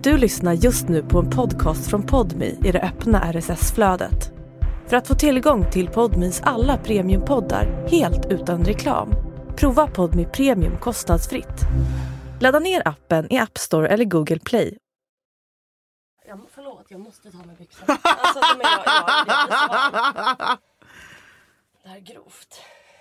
Du lyssnar just nu på en podcast från Podme i det öppna RSS-flödet. För att få tillgång till Podmes alla premiumpoddar helt utan reklam, prova Podme Premium kostnadsfritt. Ladda ner appen i App Store eller Google Play. Förlåt, jag måste ta mig byxor. Alltså, jag är jättesvag. Det här är grovt.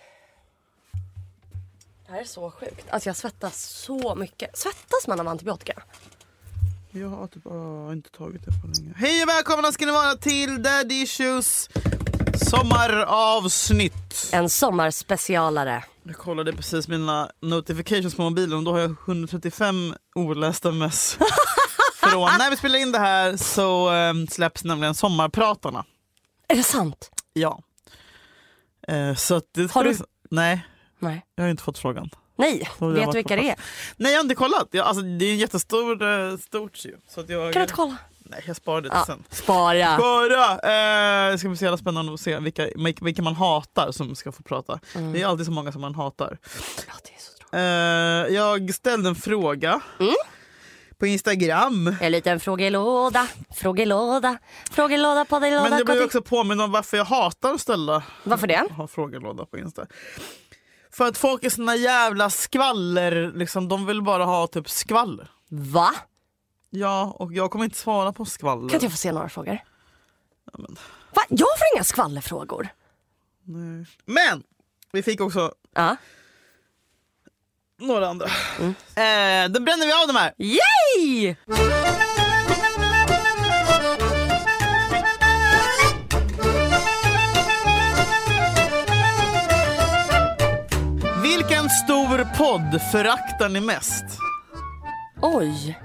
Det här är så sjukt. Alltså jag svettas så mycket. Svettas man av antibiotika? Jag har typ inte tagit det på länge. Hej och välkomna ska ni vara till Daddy Issues sommaravsnitt. En sommarspecialare. Jag kollade precis mina notifications på mobilen och då har jag 135 olästa mess. Från när vi spelar in det här så släpps nämligen sommarpratarna. Är det sant? Ja. Så att det har du? Nej, Nej, jag har inte fått frågan. Nej, vet du vilka det är? Nej, jag har inte kollat. Alltså, det är en jättestort ju. Så att jag... Kan du inte kolla? Nej, jag sparade det sen. Spara! Det ska bli så jävla spännande att se vilka man hatar som ska få prata. Det är alltid så många som man hatar. Ja, det är så tråkigt. Jag ställde en fråga på Instagram. En liten frågelåda på dig låda. Men jag blev också påminn om varför jag hatar att ställa. Varför det? Ha frågelåda på Insta. För att folk är såna jävla skvaller, liksom, de vill bara ha typ skvaller. Va? Ja, och jag kommer inte svara på skvaller. Kan inte jag få se några frågor? Ja, men... Va? Jag får inga skvallerfrågor. Nej. Men vi fick också några andra. Då bränner vi av de här. Yay! Vilken stor podd föraktar ni mest? Oj.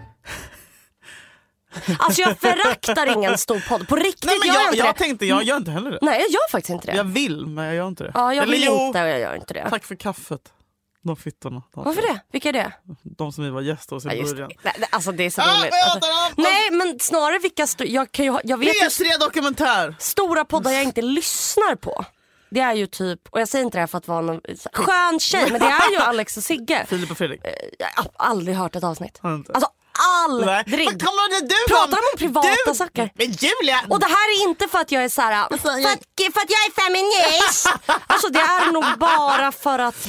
Alltså jag föraktar ingen stor podd. På riktigt. Nej, men jag gör inte heller det. Nej, jag gör faktiskt inte det. Jag vill, men jag gör inte det. Ja, jag vill jo, inte och jag gör inte det. Tack för kaffet. De fittorna. Varför det? Vilka är det? De som vi var gäster hos i början. Alltså det är så roligt. Nej, men snarare vilka jag vet P3 Dokumentär. Stora poddar jag inte lyssnar på. Det är ju typ, och jag säger inte det här för att vara någon skön tjej, men det är ju Alex och Sigge. Filip och Fredrik. Jag har aldrig hört ett avsnitt. Alltså aldrig. Men pratar de om privata saker? Men Julia. Och det här är inte för att jag är såhär för att jag är feminist. Alltså det är nog bara för att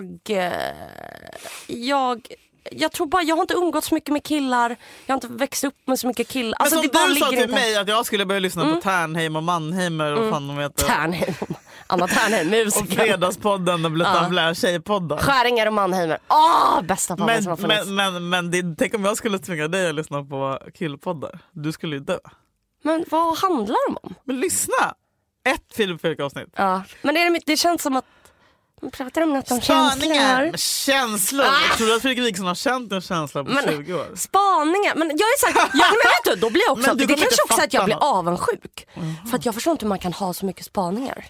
jag tror bara, jag har inte umgått så mycket med killar. Jag har inte växt upp med så mycket killar. Alltså, men det bara du sa till inte. mig att jag skulle börja lyssna på Ternheim och Mannheimer och fan de heter. Ternheim. Anna Ternheim, musiker. Och Fredagspodden och Blötan tjejpodden. Skäringer och Mannheimer. Bästa podden som har funnits. Men tänk om jag skulle tvinga dig att lyssna på killpoddar. Du skulle ju dö. Men vad handlar de om? Men lyssna! Ett Filip Fredrik avsnitt. Ja, men det känns som att de pratar om något om känslor. Känslor? Jag tror att Fredrik Wikingsson har känt en känsla på 20 år. Spaningar. Men jag är så här, men vet du, då blir jag också, det kanske också att jag blir avundsjuk. För att jag förstår inte hur man kan ha så mycket spaningar.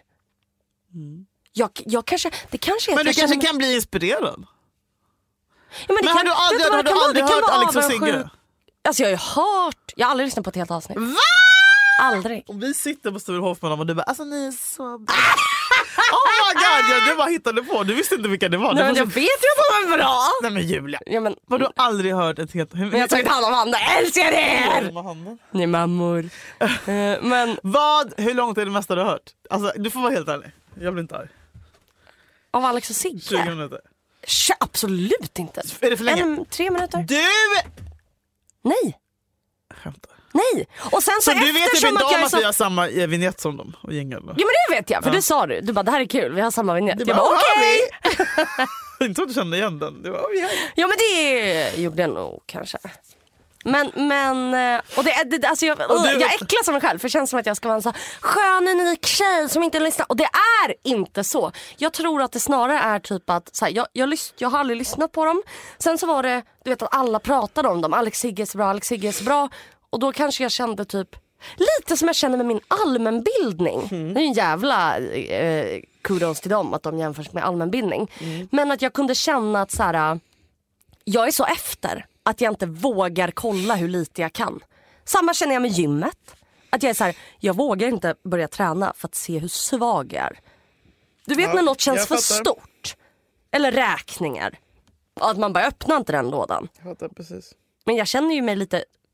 Jag kanske, det kanske är. Men du kanske kan bli inspirerad. Ja, men har du aldrig hört Alex och Sigge? Alltså jag har aldrig lyssnat på ett helt avsnitt. Va? Aldrig. Och vi sitter på Sturehof med dem och du bara, alltså ni är så bra. Oh my god, du bara hittade på. Du visste inte vilka det var. Nej, men jag vet ju att de är bra. Nej men Julia, ja, men, har du aldrig hört ett helt... Men jag har tagit hand om handen, älskar er! Ni mammor. Men... Hur långt är det mesta du har hört? Alltså du får vara helt ärlig. Jag blir inte arg. Av Alex och Sigge? 20 minuter. Absolut inte. Är det för länge? 3 minuter. Du! Nej. Skämtar. Nej. Och sen så du vet inte om att vi har samma vignett som dem och gängel? Ja men det vet jag, för det sa du. Du bara, det här är kul, vi har samma vignett. Jag bara okej. Inte så att du kände igen den. Du bara, ja men det gjorde jag nog kanske. Men och alltså jag äcklar som mig själv, för det känns som att jag ska vara en så skön unik tjej som inte lyssnar, och det är inte så. Jag tror att det snarare är typ att så här, jag har aldrig lyssnat på dem. Sen så var det, du vet, att alla pratade om dem. Alex Sigge är så bra. Och då kanske jag kände typ lite som jag känner med min allmänbildning. Det är ju en jävla kudos till dem att de jämförs med allmänbildning. Men att jag kunde känna att så här, jag är så efter att jag inte vågar kolla hur lite jag kan. Samma känner jag med gymmet. Att jag är så här, jag vågar inte börja träna för att se hur svag jag är. Du vet när något känns för stort. Eller räkningar. Att man bara öppnar inte den lådan. Jag fattar precis. Men jag känner ju mig lite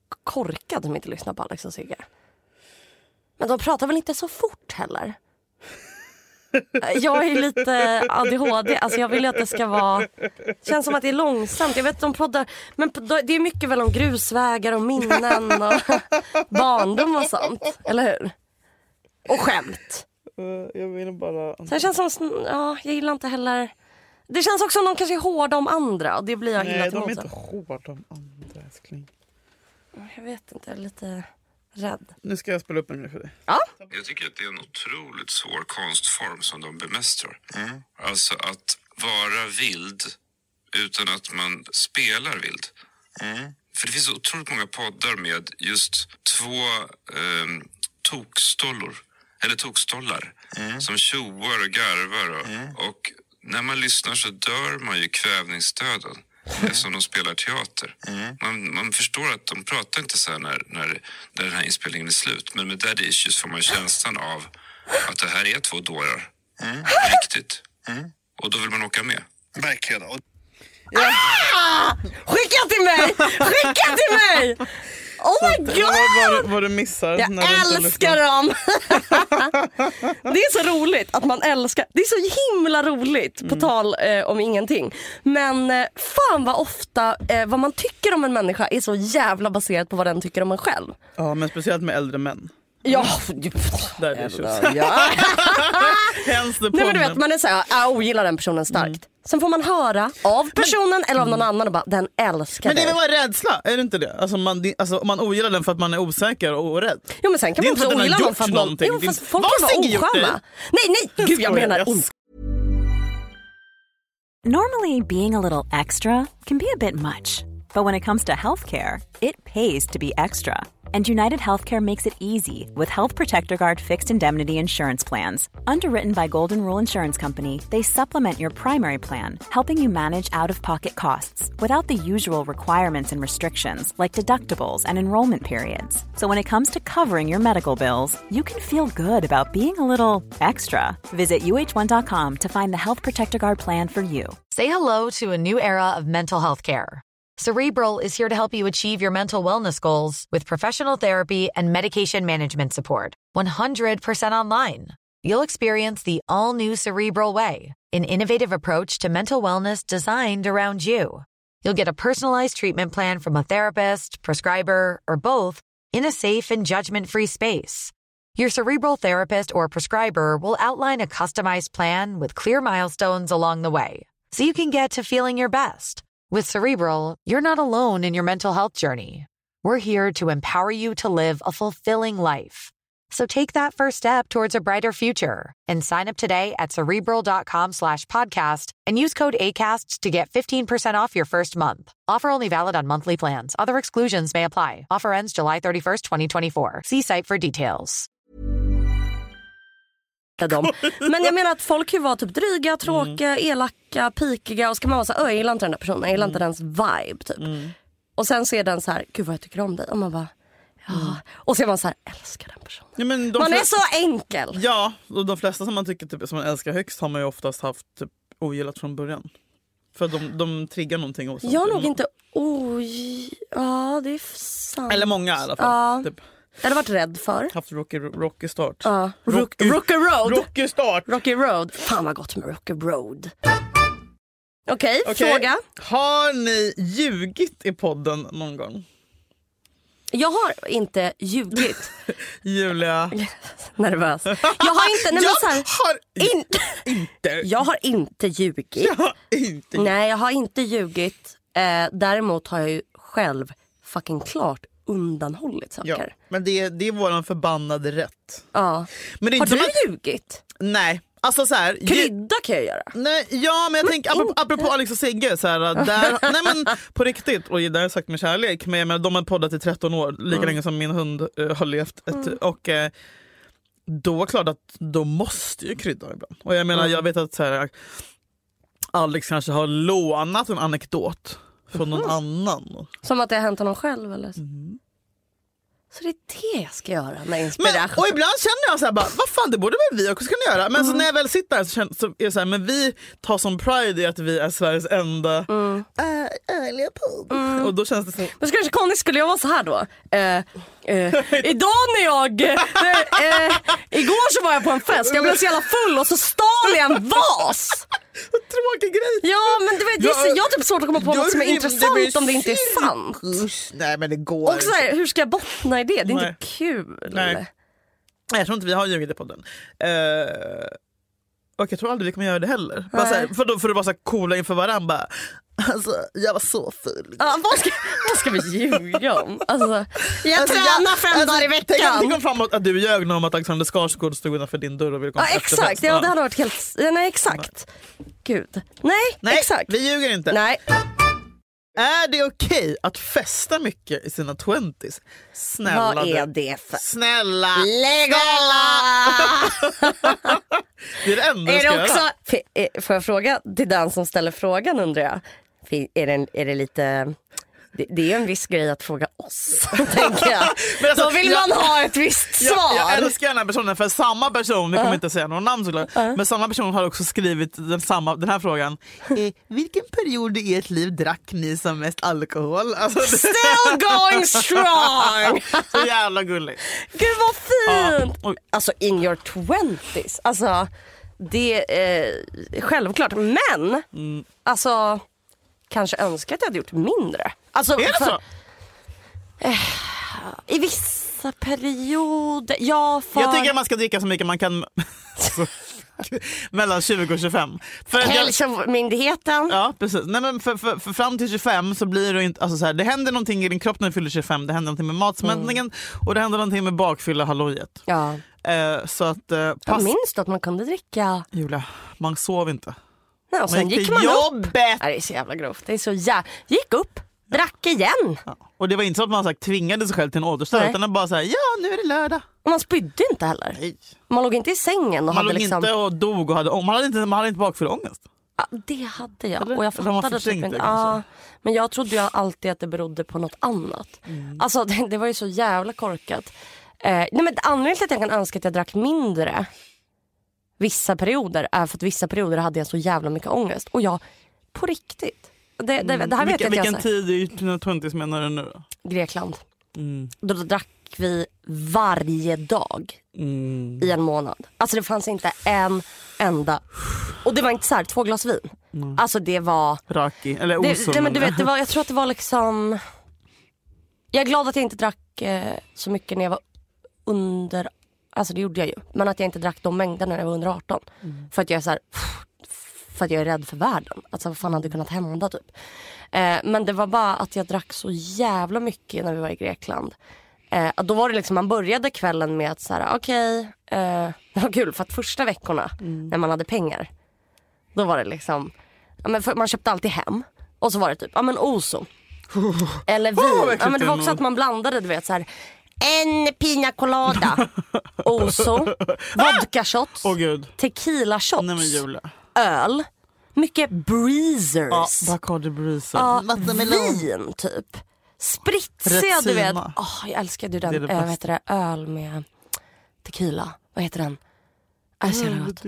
korkad som inte lyssnar på Alex och Sigge. Men de pratar väl inte så fort heller. Jag är lite ADHD. Alltså jag vill ju att det ska vara... Känns som att det är långsamt. Jag vet de poddar... Men det är mycket väl om grusvägar och minnen och barndom och sånt. Eller hur? Och skämt. Jag vill bara... Så det känns som... Ja, jag gillar inte heller... Det känns också som de kanske är hårda om andra. Och det blir jag illa till. Nej, de är inte hårda om andra, älskling. Jag vet inte, jag är lite rädd. Nu ska jag spela upp en grej för dig. Ja. Jag tycker att det är en otroligt svår konstform som de bemästrar. Alltså att vara vild utan att man spelar vild. För det finns otroligt många poddar med just två tokstollor. Eller tokstollar. Som tjoar och garvar. Och när man lyssnar så dör man ju kvävningsdöden. Eftersom de spelar teater. Man förstår att de pratar inte så här när den här inspelningen är slut. Men med Daddy Issues får man känslan av att det här är två dårar. Riktigt. Och då vill man åka med. Verkligen. Skicka till mig! Skicka till mig! Oh my god! Vad du missar. Jag älskar dem! Det är så roligt att man älskar. Det är så himla roligt på tal om ingenting. Men fan vad ofta vad man tycker om en människa är så jävla baserat på vad den tycker om en själv. Ja, men speciellt med äldre män. Ja, Där är det nej, men du vet, man är så här, jag ogillar den personen starkt. Sen får man höra av personen eller av någon annan och bara, den älskar dig. Men det dig. är väl rädsla, är det inte det? Alltså man ogillar den för att man är osäker och rädd. Jo, men sen kan man också ogilla någon för att man... Jo, fast folk kan vara osköna. Nej, gud jag menar inte. Normally, being a little extra can be a bit much. But when it comes to healthcare, it pays to be extra. And United Healthcare makes it easy with Health Protector Guard fixed indemnity insurance plans. Underwritten by Golden Rule Insurance Company, they supplement your primary plan, helping you manage out-of-pocket costs without the usual requirements and restrictions like deductibles and enrollment periods. So when it comes to covering your medical bills, you can feel good about being a little extra. Visit uh1.com to find the Health Protector Guard plan for you. Say hello to a new era of mental health care. Cerebral is here to help you achieve your mental wellness goals with professional therapy and medication management support. 100% online. You'll experience the all-new Cerebral Way, an innovative approach to mental wellness designed around you. You'll get a personalized treatment plan from a therapist, prescriber, or both in a safe and judgment-free space. Your Cerebral therapist or prescriber will outline a customized plan with clear milestones along the way, so you can get to feeling your best. With Cerebral, you're not alone in your mental health journey. We're here to empower you to live a fulfilling life. So take that first step towards a brighter future and sign up today at Cerebral.com/podcast and use code ACAST to get 15% off your first month. Offer only valid on monthly plans. Other exclusions may apply. Offer ends July 31st, 2024. See site for details. Men jag menar att folk kan vara typ dryga, tråkiga, elaka, pikiga och ska man vara så här, jag gillar inte den där personen, jag gillar inte dens vibe typ. Och sen ser den så här, gud vad jag tycker om dig, och man bara och så är man så här, älskar den personen. Ja, men man är så enkel. Ja, och de flesta som man tycker typ, som man älskar högst har man ju oftast haft typ ogillat från början. För de triggar någonting hos. Jag har nog inte ja, det är sant. Eller många i alla fall. Typ. Jag hade varit rädd för. Haft rocky start. Rocky Road. Rocky start. Rocky Road. Fan vad gott med Rocky Road. Okej, fråga. Har ni ljugit i podden någon gång? Jag har inte ljugit. Julia. Nervös. Jag har inte... Jag har inte ljugit. Nej, jag har inte ljugit. Däremot har jag ju själv fucking klart undanhållit saker. Ja, men det är våran förbannade rätt. Ja. Men det är har inte du ljugit? Nej. Alltså så här, krydda kan jag göra. Nej, ja, men jag tänker apropå Alex och Sigge så här, där, nej men på riktigt, och det har jag sagt med kärlek, men de har poddat i 13 år, lika länge som min hund har levt och då var det klart att då måste ju krydda ibland. Och jag menar, jag vet att så här, Alex kanske har lånat en anekdot från någon annan. Som att det har hänt honom själv eller så. Så det är det jag ska göra med inspiration. Och ibland känner jag så här bara, vad fan, det borde väl vi också kunna göra. Men så när jag väl sitter här så är det så här, men vi tar som pride i att vi är Sveriges enda ärliga podd. Och då känns det så. Men kanske konstigt skulle jag vara så här då. Idag när jag igår så var jag på en fest. Jag blev så jävla full och så stal jag en vas. Tråkig grej. Ja, men jag har typ svårt att komma på något som är intressant om det inte är sant. Nej, men det går. Och så här, hur ska jag bottna i det? Det är inte kul. Nej, jag tror inte vi har ljugit i podden. Och jag tror aldrig vi kommer göra det heller. Bara så här, för att vara så här coola inför varandra. Alltså, jag var så full. Vad ska vi ljuga om? Alltså, jag tränar 5 dagar i veckan. Tänk om framåt att du ljög om att Alexander Skarsgård stod utanför din dörr och ville komma efter exakt, ja, det hade varit helt... Nej, exakt. Gud. Nej, exakt. Vi ljuger inte. Nej. Är det okej att festa mycket i sina 20s? Snälla. Vad är det för... Snälla. Lägg Det är det enda jag är ska det också... göra. Får jag fråga till den som ställer frågan, undrar jag. Är det lite... Det är en viss grej att fråga oss, tänker jag. Men alltså, då vill man ha ett visst svar. Jag älskar den här personen, för samma person, vi kommer inte säga någon namn såklart, men samma person har också skrivit den här frågan. Vilken period i ert liv drack ni som mest alkohol? Alltså, Still going strong! Så jävla gulligt. Gud vad fint! Ja. Alltså in your 20s. Alltså det är självklart. Men alltså kanske önskar att jag hade gjort mindre. Alltså, är det så? I vissa perioder. Ja, Jag tycker att man ska dricka så mycket man kan. Mellan 20 och 25. Hälsomyndigheten. Ja, precis. Nej, men för fram till 25 så blir det inte, alltså så här, det händer någonting i din kropp när du fyller 25. Det händer någonting med matsmältningen och det händer någonting med bakfylla hallojet. Ja. Så att Jag minns att man kunde dricka. Julia, man sov inte. Nej, och sen gick man jobbet. upp. Det är så jävla grovt. Det är så gick upp, drack igen. Ja. Och det var inte så att man tvingade sig själv till en återställare, utan bara så här, ja, nu är det lördag. Och man spydde inte heller. Nej. Man låg inte i sängen och man hade låg liksom... inte och dog och man hade inte bakfylla ångest. Ja, det hade jag. Eller? Och jag fattade typ inte. Ja, men jag trodde ju alltid att det berodde på något annat. Alltså det var ju så jävla korkat. Nej, men anledningen till att jag kan önska att jag drack mindre vissa perioder är för att vissa perioder hade jag så jävla mycket ångest. Och jag, på riktigt. Det här vet jag vilken jag tid i 20s menar du nu då? Grekland. Då drack vi varje dag i en månad. Alltså det fanns inte en enda. Och det var inte så här 2 glas vin. Alltså det var Raki, eller oson. Men du vet, jag tror att det var liksom... Jag är glad att jag inte drack så mycket när jag var under... Alltså det gjorde jag ju. Men att jag inte drack de mängderna när jag var under 18. För att jag är så här... För att jag är rädd för världen. Alltså vad fan hade kunnat hända typ. Men det var bara att jag drack så jävla mycket när vi var i Grekland. Då var det liksom, man började kvällen med att så här, okej, det var kul för att första veckorna när man hade pengar, då var det liksom, ja, men man köpte alltid hem och så var det typ, ja men oso eller vin. Ja, men det var också att man blandade, du vet så här, en pina colada, oso, vodka shots, tequila shots, nej, men Julia, öl, mycket breezers, Bacardi breezer, vin typ. Spritsiga, du vet. Jag älskar ju den, vad heter det, öl med tequila. Vad heter den? Alltså,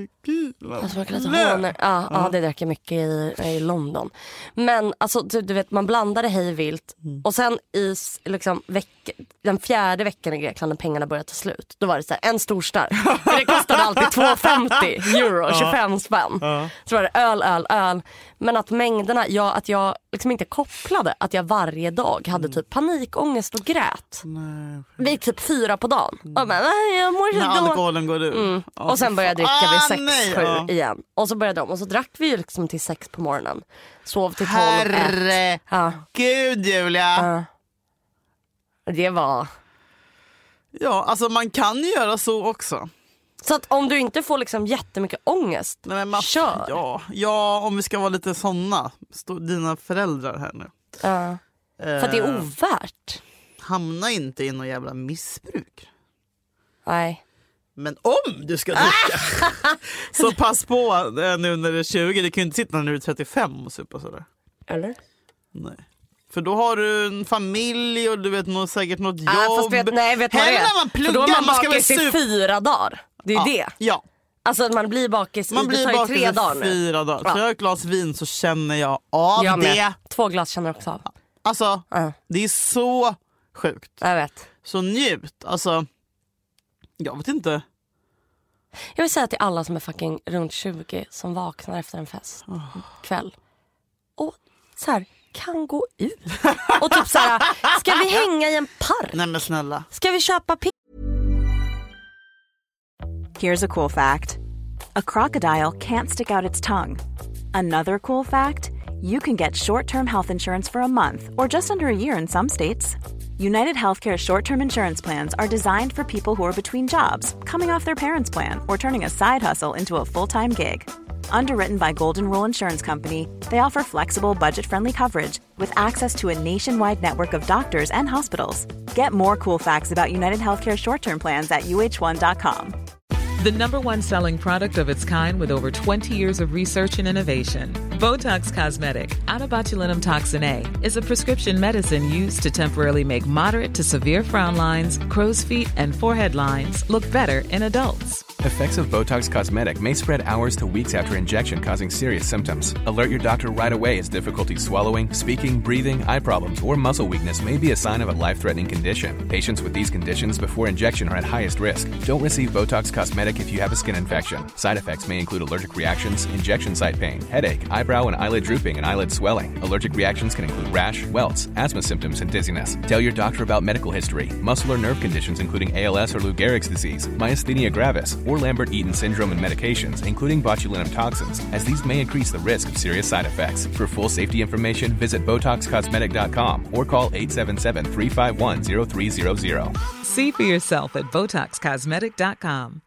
det drack jag mycket i London. Men alltså, du vet, man blandade hej vilt. Och sen i liksom, den 4:e veckan i Grekland när pengarna började ta slut, då var det så här, en stor stark. För det kostade alltid 2,50 euro, 25 spänn. Så var det öl. Men att mängderna, att jag liksom inte kopplade att jag varje dag hade typ panikångest och grät. Vi typ 4 på dagen. Och men, jag mår så när alkoholen går ut. Och sen började jag dricka vid 6-7 igen. Och så började de. Och så drack vi liksom till 6 på morgonen. Sov till 12. Herregud, Julia. Det var... Ja, alltså man kan ju göra så också. Så att om du inte får liksom jättemycket ångest, kör. Ja, om vi ska vara lite såna. Dina föräldrar här nu. För att det är ovärt. Hamna inte i någon jävla missbruk. Nej. Men om du ska dricka så pass på nu när du är 20. Du kan ju inte sitta när du är 35 och supa sådär. Eller? Nej. För då har du en familj och du vet säkert något jobb. Fast vet vad det är? När man pluggar, för då är man ska bakis i 4 dagar. Det är ju det. Ja. Alltså man blir bakis, det tar ju 3 dagar nu. 4 dagar. Så jag har ett glas vin så känner jag av jag det. 2 glas känner jag också av. Alltså, det är så sjukt. Jag vet. Så njut. Alltså, jag vet inte. Jag vill säga till alla som är fucking runt 20 som vaknar efter en fest kväll. Och så här, kan gå ut. Och typ så här, ska vi hänga i en park? Nej men snälla. Ska vi köpa Here's a cool fact. A crocodile can't stick out its tongue. Another cool fact, you can get short-term health insurance for a month or just under a year in some states. United Healthcare short-term insurance plans are designed for people who are between jobs, coming off their parents' plan, or turning a side hustle into a full-time gig. Underwritten by Golden Rule Insurance Company, they offer flexible, budget-friendly coverage with access to a nationwide network of doctors and hospitals. Get more cool facts about United Healthcare short-term plans at uh1.com. The #1 selling product of its kind with over 20 years of research and innovation. Botox Cosmetic, onabotulinum toxin A, is a prescription medicine used to temporarily make moderate to severe frown lines, crow's feet, and forehead lines look better in adults. Effects of Botox Cosmetic may spread hours to weeks after injection, causing serious symptoms. Alert your doctor right away as difficulty swallowing, speaking, breathing, eye problems, or muscle weakness may be a sign of a life-threatening condition. Patients with these conditions before injection are at highest risk. Don't receive Botox Cosmetic if you have a skin infection. Side effects may include allergic reactions, injection site pain, headache, eyebrow and eyelid drooping, and eyelid swelling. Allergic reactions can include rash, welts, asthma symptoms, and dizziness. Tell your doctor about medical history, muscle or nerve conditions including ALS or Lou Gehrig's disease, myasthenia gravis, or Lambert-Eaton syndrome and medications, including botulinum toxins, as these may increase the risk of serious side effects. For full safety information, visit BotoxCosmetic.com or call 877-351-0300. See for yourself at BotoxCosmetic.com.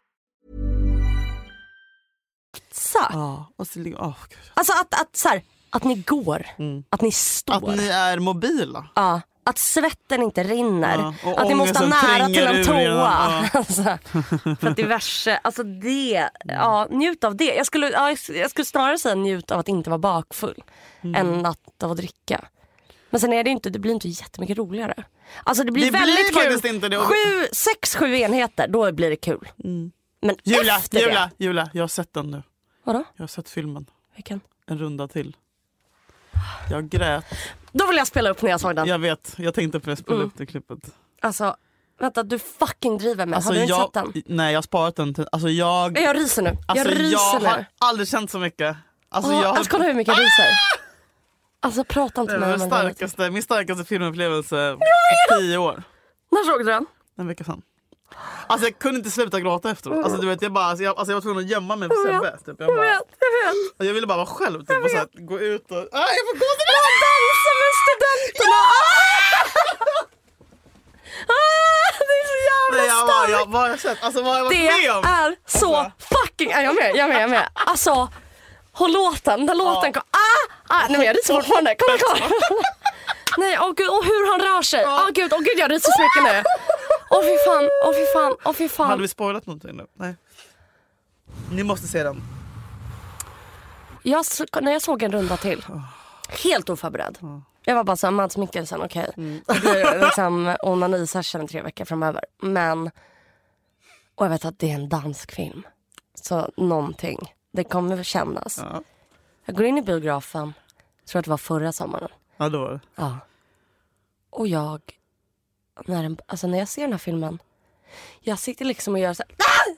Alltså att så här, att ni går, att ni står. Att ni är mobila. Ja. Att svetten inte rinner. Att ni måste ha nära till en toa. Alltså, för att diverse. Alltså det. Njut av det. Jag skulle snarare säga njut av att inte vara bakfull. Än att av att dricka. Men sen är det inte, det blir inte jättemycket roligare. Alltså det blir väldigt kul. Inte det. 6-7 enheter, då blir det kul. Men Julia, jag har sett den nu. Vadå? Jag har sett filmen. Vilken? En runda till. Jag grät. Då vill jag spela upp när jag såg den. Jag vet, jag tänkte på det, spela upp det klippet. Alltså, vänta, du fucking driver med. Alltså, har du inte sett den? Nej, jag har sparat den till, alltså jag ryser nu. Alltså jag har aldrig känt så mycket. Alltså kolla hur mycket jag ryser. Alltså prata inte med mig. Min starkaste filmupplevelse på 10 år. När såg du den? En vecka sedan. Alltså jag kunde inte sluta gråta efteråt. Alltså du vet, jag var tvungen att gömma mig för Sebbe. Typ. Jag vet. Jag ville bara vara själv typ, och så här, gå ut och... jag får gå till det! Dansa med studenterna! Det är så jävla starkt! Vad har jag sett? Alltså vad har jag varit med om? Det är så fucking... Jag är med. Alltså, låten kom... Nej men jag ryser fortfarande. Kolla. Nej, gud, hur han rör sig. Gud, jag ryser så mycket nu. Fy fan. Hade vi spoilat någonting nu? Nej. Ni måste se den. När jag såg en runda till, helt oförberedd. Jag var bara så här, Mads Mikkelsen, okej. Det är liksom onani-session 3 veckor framöver. Men, och jag vet att det är en dansk film. Så någonting, det kommer kännas. Ja. Jag går in i biografen, tror att det var förra sommaren. Ja, då var det. Ja. Och när jag ser den här filmen, jag sitter liksom och gör så här.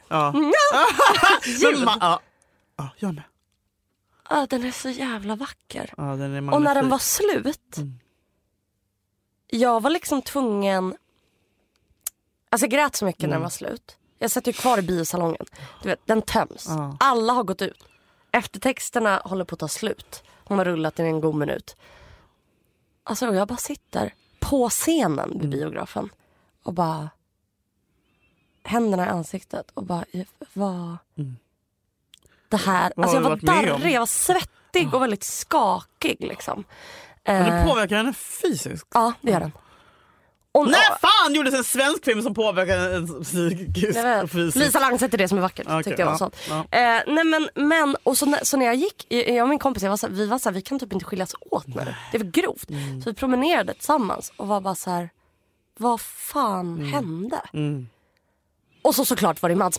Jag med. Den är så jävla vacker. Och när den var slut, jag var liksom tvungen. Alltså jag grät så mycket när den var slut. Jag satt ju kvar i biosalongen. Du vet, den töms. Alla har gått ut. Eftertexterna håller på att ta slut. Hon har rullat i en god minut. Alltså jag bara sitter på scenen vid biografen och bara händerna i ansiktet och bara vad det här, alltså jag var darrig, jag var svettig och väldigt skakig liksom. Men det påverkar henne fysiskt? Ja, det gör den. När fan gjordes en svensk film som påverkar en psykiskt och fysiskt? Lisa Langset är det som är vackert, tyckte jag var sånt. Nej men och så när jag gick, jag och min kompis, vi var så här, vi kan typ inte skiljas åt nu. Det var grovt. Så vi promenerade tillsammans och var bara så här, vad fan hände? Och såklart var det Mads.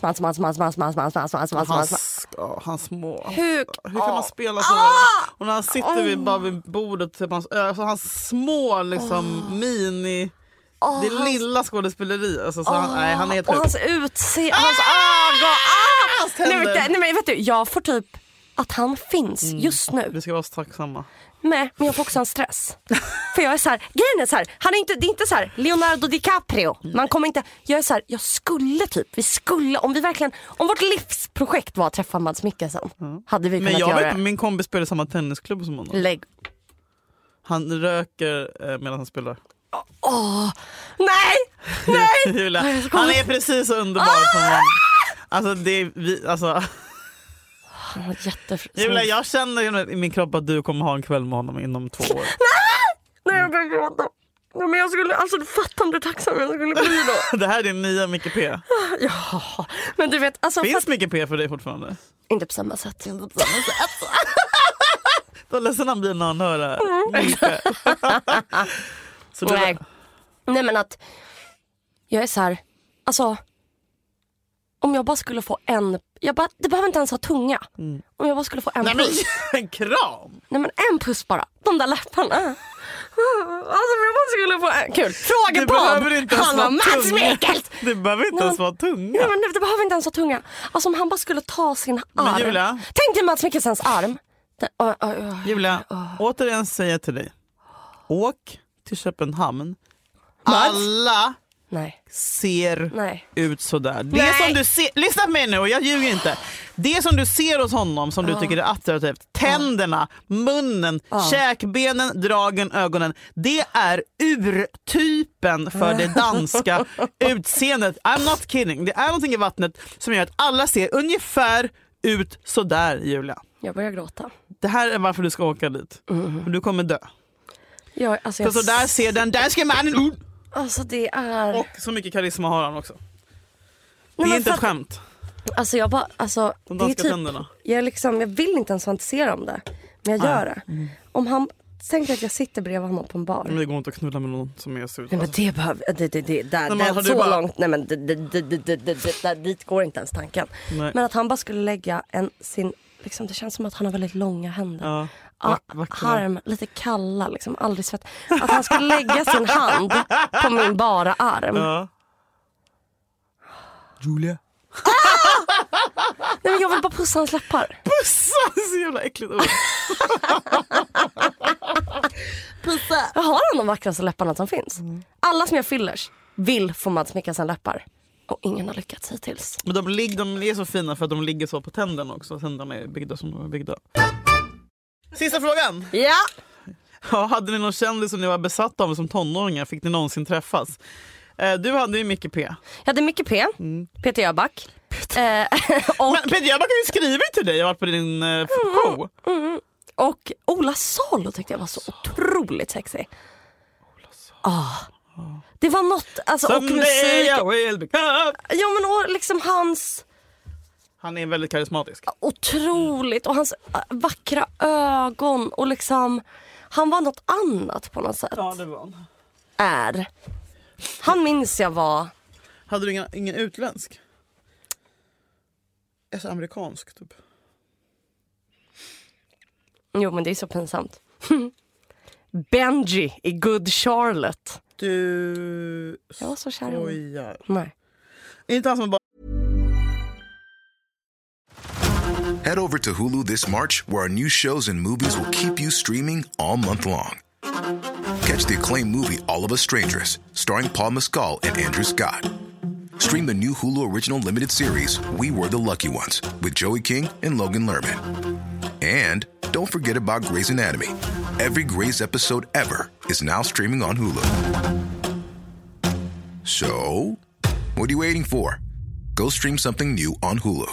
Han små. Hur kan man spela så? Och när han sitter vid bordet typ, hans små liksom mini... det är lilla skådespeleri. Alltså, så han är helt och hans utseende, hans ögon. Nej men vet du, jag får typ att han finns just nu. Vi ska vara tacksamma. Nej, men jag får också en stress. För jag är så här, grejen är så här, det är inte så här Leonardo DiCaprio. Man kommer inte, jag är så här, vi skulle, om vårt livsprojekt var att träffa Mads Mikkelsen, hade vi kunnat göra. Men jag vet, min kompis spelar i samma tennisklubb som honom. Han röker medan han spelar. Nej. Julia, han är precis så underbar som han. Alltså det är alltså Julia, jag känner i min kropp att du kommer ha en kväll med honom inom 2 år. Nej, jag börjar gråta. Ja, men jag skulle, alltså du fattar om du är tacksam jag skulle bli då. Det här är din nya Micke P. Ja, men du vet alltså, finns Micke P för dig fortfarande? Inte på samma sätt. Då ledsen han blir när han hör det här. Så Nej men att jag är så här, alltså om jag bara skulle få det behöver inte ens ha tunga. Om jag bara skulle få en puss. En kram? Nej men en puss bara. De där läpparna. Alltså om jag bara skulle få en. Kul. Frågepodd. Han var Mads Mikkels. Det behöver inte ens vara tunga. Nej men det behöver inte ens vara tunga. Alltså om han bara skulle ta sin arm. Men Julia, tänk dig Mads Mikkelsens arm. Julia, återigen säger jag till dig. Åk till Köpenhamn. Alla ser ut sådär. Det som du ser, lyssna på mig nu och jag ljuger inte. Det som du ser hos honom som du tycker är attraktivt, tänderna, munnen, käkbenen, dragen, ögonen, det är urtypen för det danska utseendet. I'm not kidding. Det är någonting i vattnet som gör att alla ser ungefär ut sådär, Julia. Jag börjar gråta. Det här är varför du ska åka dit. Och du kommer dö. För så där ser den danska mannen ut. Alltså det är... Och så mycket karisma har han också. Det är inte ett skämt. Alltså jag bara... Alltså, de danska tänderna. Jag vill inte ens fantisera om det. Men jag gör det. Om han... Tänk att jag sitter bredvid honom på en bar. Men det går inte att knulla med någon som är sur. Nej men det behöver... Det är så bara... långt... Nej men dit går inte ens tanken. Nej. Men att han bara skulle lägga sin... Liksom, det känns som att han har väldigt långa händer. Arm, lite kalla, liksom, aldrig svett. Att han skulle lägga sin hand på min bara arm. Julia. Nej men jag vill bara pussa hans läppar. Pussa, det är så jävla äckligt ord. Pussa. Jag har de vackraste läpparna som finns. Alla som jag fillers vill få Mads Mikkelsen läppar. Och ingen har lyckats hittills. Men de är så fina för att de ligger så på tänderna också. Tänderna är byggda som de är byggda. Sista frågan. Ja, hade ni någon kändis som ni var besatt av som tonåringar? Fick ni någonsin träffas? Du hade ju Micke P. Jag hade Micke P. Peter Jöback. Men Peter Jöback har ju skrivit till dig och varit på din show. Och Ola Salo tyckte jag var så otroligt sexy. Det var något, alltså, och musik. Ja men och liksom hans... Han är väldigt karismatisk. Otroligt. Och hans vackra ögon. Och liksom, han var något annat på något sätt. Ja, det var han. Han minns jag var... Hade du ingen utländsk? Alltså amerikansk typ. Jo men det är så pinsamt. Benji i Good Charlotte. Jag var så kär. Ojar. Nej. Inte han som bara... Head over to Hulu this March, where our new shows and movies will keep you streaming all month long. Catch the acclaimed movie All of Us Strangers, starring Paul Mescal and Andrew Scott. Stream the new Hulu original limited series We Were the Lucky Ones with Joey King and Logan Lerman. And don't forget about Grey's Anatomy. Every Grey's episode ever is now streaming on Hulu. So, what are you waiting for? Go stream something new on Hulu.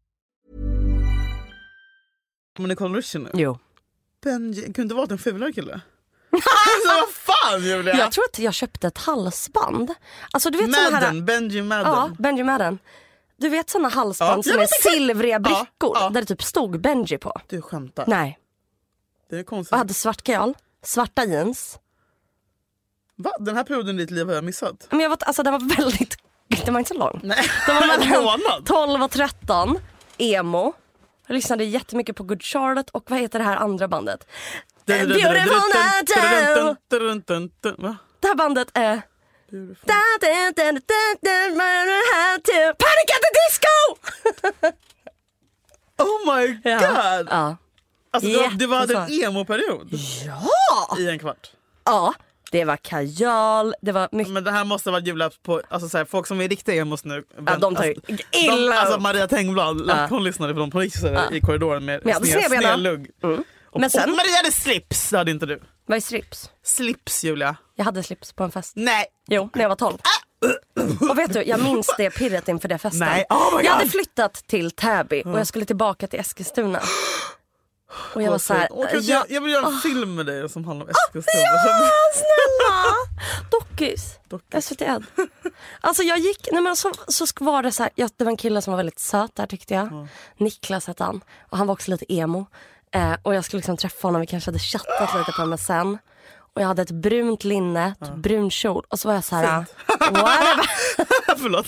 Men det kollar Richie nu? Jo. Benji, kunde det vara en fulare kille? Alltså vad fan Julia? Jag tror att jag köpte ett halsband. Alltså du vet Madden, här... Benji Madden. Ja, Benji Madden. Du vet såna halsband som är silvriga brickor där det typ stod Benji på. Du skämtar. Nej. Det är konstigt. Jag hade svart kajal, svarta jeans. Va? Den här perioden i ditt liv har jag missat. Men den var väldigt Den var inte så lång. Nej. Den var mellan Månad. 12 och 13. Emo. Jag lyssnade jättemycket på Good Charlotte. Och vad heter det här andra bandet? Beautiful Night. Det här bandet är Panic at the Disco. Oh my god. Ja. Alltså det var en emo-period. Ja. I en kvart. Ja. Det var Kajal, det var mycket... Men det här måste vara julafton på, alltså så här, folk som är riktiga emos nu. Ja, de tar ju illa. Alltså Maria Tengblad, hon lyssnade på dem på riktigt i korridoren med snedlugg. Men sen... Maria hade slips, det hade inte du. Vad är slips? Slips, Julia. Jag hade slips på en fest. Nej. Jo, när jag var 12. Och vet du, jag minns det pirret inför det festen. Nej. Jag hade flyttat till Täby och jag skulle tillbaka till Eskilstuna. Och jag var så här, jag vill göra en film med dig som handlar om Eskilstuna. Ja, snälla! Dockis. SVT. Alltså jag gick, nej men så var det så här, det var en kille som var väldigt söt där tyckte jag. Niklas hette han. Och han var också lite emo. Och jag skulle liksom träffa honom, vi kanske hade chattat lite på mig sen. Och jag hade ett brunt linne, ett brun kjol. Och så var jag så här, förlåt.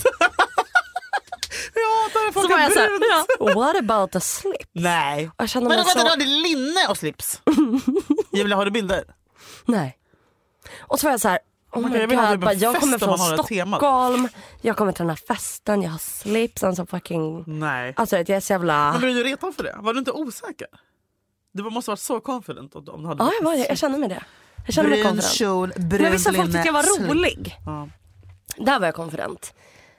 Så var jag så här, what about the slips? Nej. Jag kände men mig vänta, du hade linne och slips. Julia, har du bilder? Nej. Och så var jag så här, oh my God, jag kommer från Stockholm. Jag kommer till den här festen, jag har slips, så fucking... Nej. Alltså jag är så jävla... Men blev du retad för det? Var du inte osäker? Du måste varit så confident om du hade... Ja, jag kände mig det. Jag kände mig confident. Kjol, men vissa folk tyckte jag var rolig. Ja. Där var jag confident.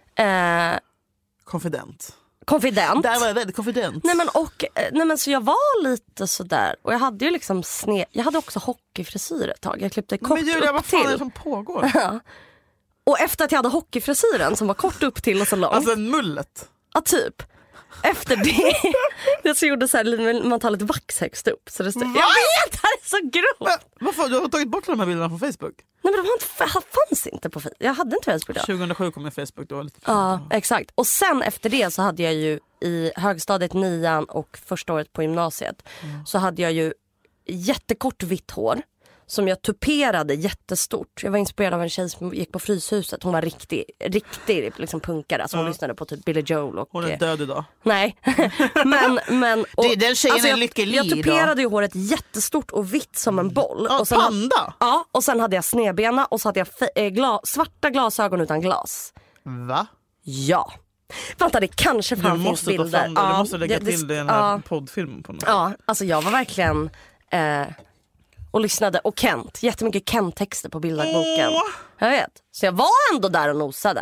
Confident. Där var jag väldigt confident. Nej men så jag var lite sådär. Och jag hade ju liksom jag hade också hockeyfrisyr ett tag. Jag klippte kort men Julia, vad fan till. är det som pågår? Och efter att jag hade hockeyfrisyren som var kort upp till och så långt. Alltså en mullet. Ja, typ. Efter det så gjorde så här, man tar lite vax högst upp. Så det jag vet, det här är så grovt. Varför? Du har tagit bort de här bilderna från Facebook? Nej, men de fanns inte på Facebook. Jag hade inte Facebook då. 2007 kom jag Facebook. Då lite ja, exakt. Och sen efter det så hade jag ju i högstadiet 9 och första året på gymnasiet så hade jag ju jättekort vitt hår som jag tuperade jättestort. Jag var inspirerad av en tjej som gick på Fryshuset. Hon var riktig liksom punkare. Alltså hon lyssnade på typ Billy Joel. Och, hon är död idag. Nej. men och, det är den tjejen alltså, är lycklig. Jag tuperade ju håret jättestort och vitt som en boll. Ja, och sen panda? Ja, och sen hade jag snedbena och så hade jag svarta glasögon utan glas. Va? Ja. Vänta, det kanske finns bilder. Du måste lägga till det i den här poddfilmen på något. Ja, alltså jag var verkligen... och lyssnade. Och Kent. Jättemycket Kent-texter på bilddagboken. Jag vet. Så jag var ändå där och nosade.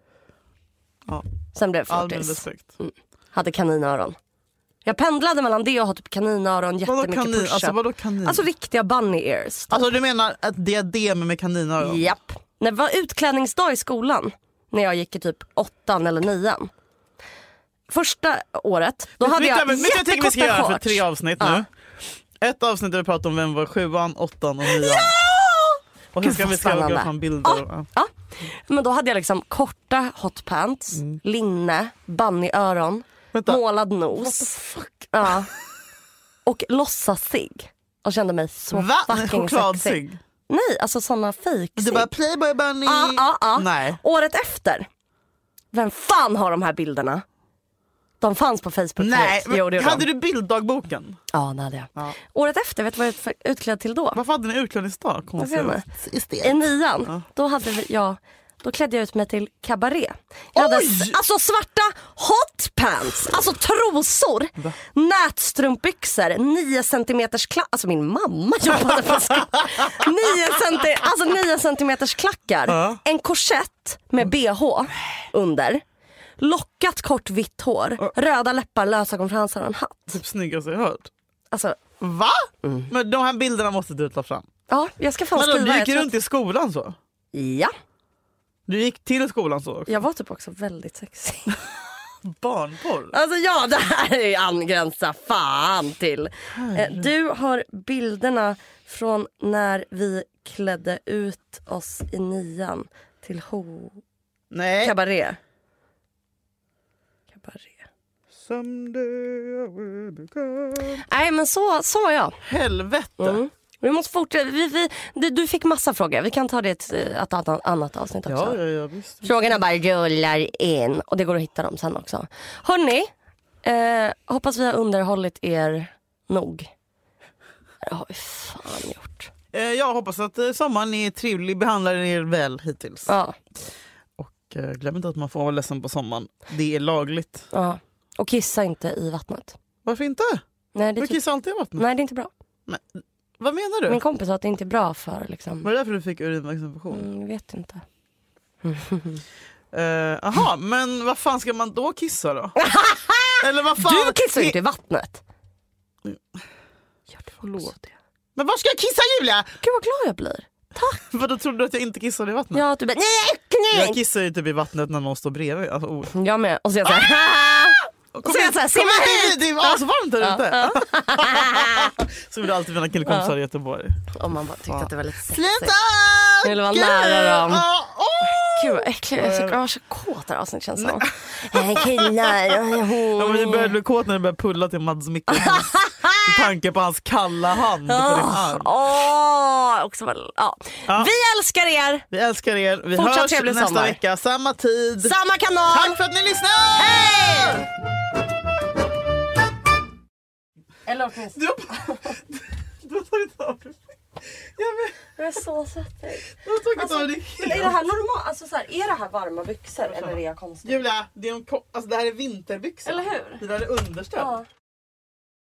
Ja. Sen blev jag 40. Hade kaninöron. Jag pendlade mellan det och ha typ kaninöron. Jättemycket push-up. Alltså vadå kanin? Alltså riktiga bunny ears. Typ. Alltså du menar ett diadem med kaninöron? Japp. När det var utklädningsdag i skolan. När jag gick i typ 8 eller 9. Första året. Då hade jag jättekorta vi ska göra shorts. för 3 avsnitt nu. Ett avsnitt där vi pratar om vem var 7:an, 8:an och 9:an. Ja! Och så ska vi gå fram bilder. Ja. Men då hade jag liksom korta hotpants, linne, bunnyöron, målad nos. What the fuck? Ja. Och låtsasig. Och kände mig så fucking sexy. Nej, alltså såna fake. Det var Playboy Bunny. Ja. Nej. Året efter. Vem fan har de här bilderna? De fanns på Facebook. Nej, jo, hade du bilddagboken? Ja, det hade jag. Ja. Året efter, vet du vad jag var utklädd till då? Varför hade ni utklädningsdag? I 9:an, då klädde jag ut mig till cabaret. Jag hade alltså svarta hotpants, alltså trosor, nätstrumpbyxor, 9 centimeters klackar. Alltså min mamma jobbade på 9 centimeters klackar, en korsett med BH under. Lockat kort vitt hår, röda läppar, lösögonfransar och en hatt. Typ snyggaste jag hört. Alltså, va? Men de här bilderna måste du ta fram. Ja, jag ska fan skriva. Du gick runt i skolan så? Ja. Du gick till skolan så också? Jag var typ också väldigt sexig. Barnporr? Alltså ja, det här är ju angränsar fan till. Du har bilderna från när vi klädde ut oss i 9:an till cabaret. Someday I will become... Nej, men så var jag. Helvete. Vi måste fortsätta. Du fick massa frågor. Vi kan ta det ett annat avsnitt också. Ja, visst. Frågorna bara rullar in. Och det går att hitta dem sen också. Hörrni, hoppas vi har underhållit er nog. Det har vi fan gjort. Jag hoppas att sommaren är trevlig. Behandlar er väl hittills. Ja. Och glöm inte att man får vara ledsen på sommaren. Det är lagligt. Ja. Och kissa inte i vattnet. Varför inte? Nej, det du kissar alltid i vattnet. Nej, det är inte bra. Men, vad menar du? Min kompis sa att det inte är bra för liksom... Var det därför du fick urinvägsinfektion? Jag vet inte. Aha, men vad fan ska man då kissa då? Eller vad fan? Du kissar inte i vattnet. Förlåt. Men var ska jag kissa, Julia? Gud vad glad jag blir. Tack. Vadå, trodde du att jag inte kissade i vattnet? Ja, du bara nej. Jag kissar ju typ i vattnet när någon står bredvid. Alltså, jag med. Och så jag såhär och så jag såhär, simma hit. Det är så varmt där ute. Så vill alltid mina killkompisar i Göteborg. Om man bara tyckte att det var lite sexigt. Sluta! Jag ville vara nära dem. Gud vad äckligt. Jag var så kåt där avsnitt känns som. Killar. Ja, men jag började bli kåt när jag började pulla till Mads Mikkelsen. Med tanke på hans kalla hand på din arm. Också väl, ja. Vi älskar er. Vi älskar er. Vi fortsatt hörs nästa sommar. vecka. Samma tid. Samma kanal. Tack för att ni lyssnar. Hej! Eller åtminstone. Du har tagit av det. Jag är så svettig. Du har tagit av det. Men är det här normalt? Alltså så här, är det här varma byxor eller är jag konstig? Julia, det här är vinterbyxor. Eller hur? Det där är understöd. Ja.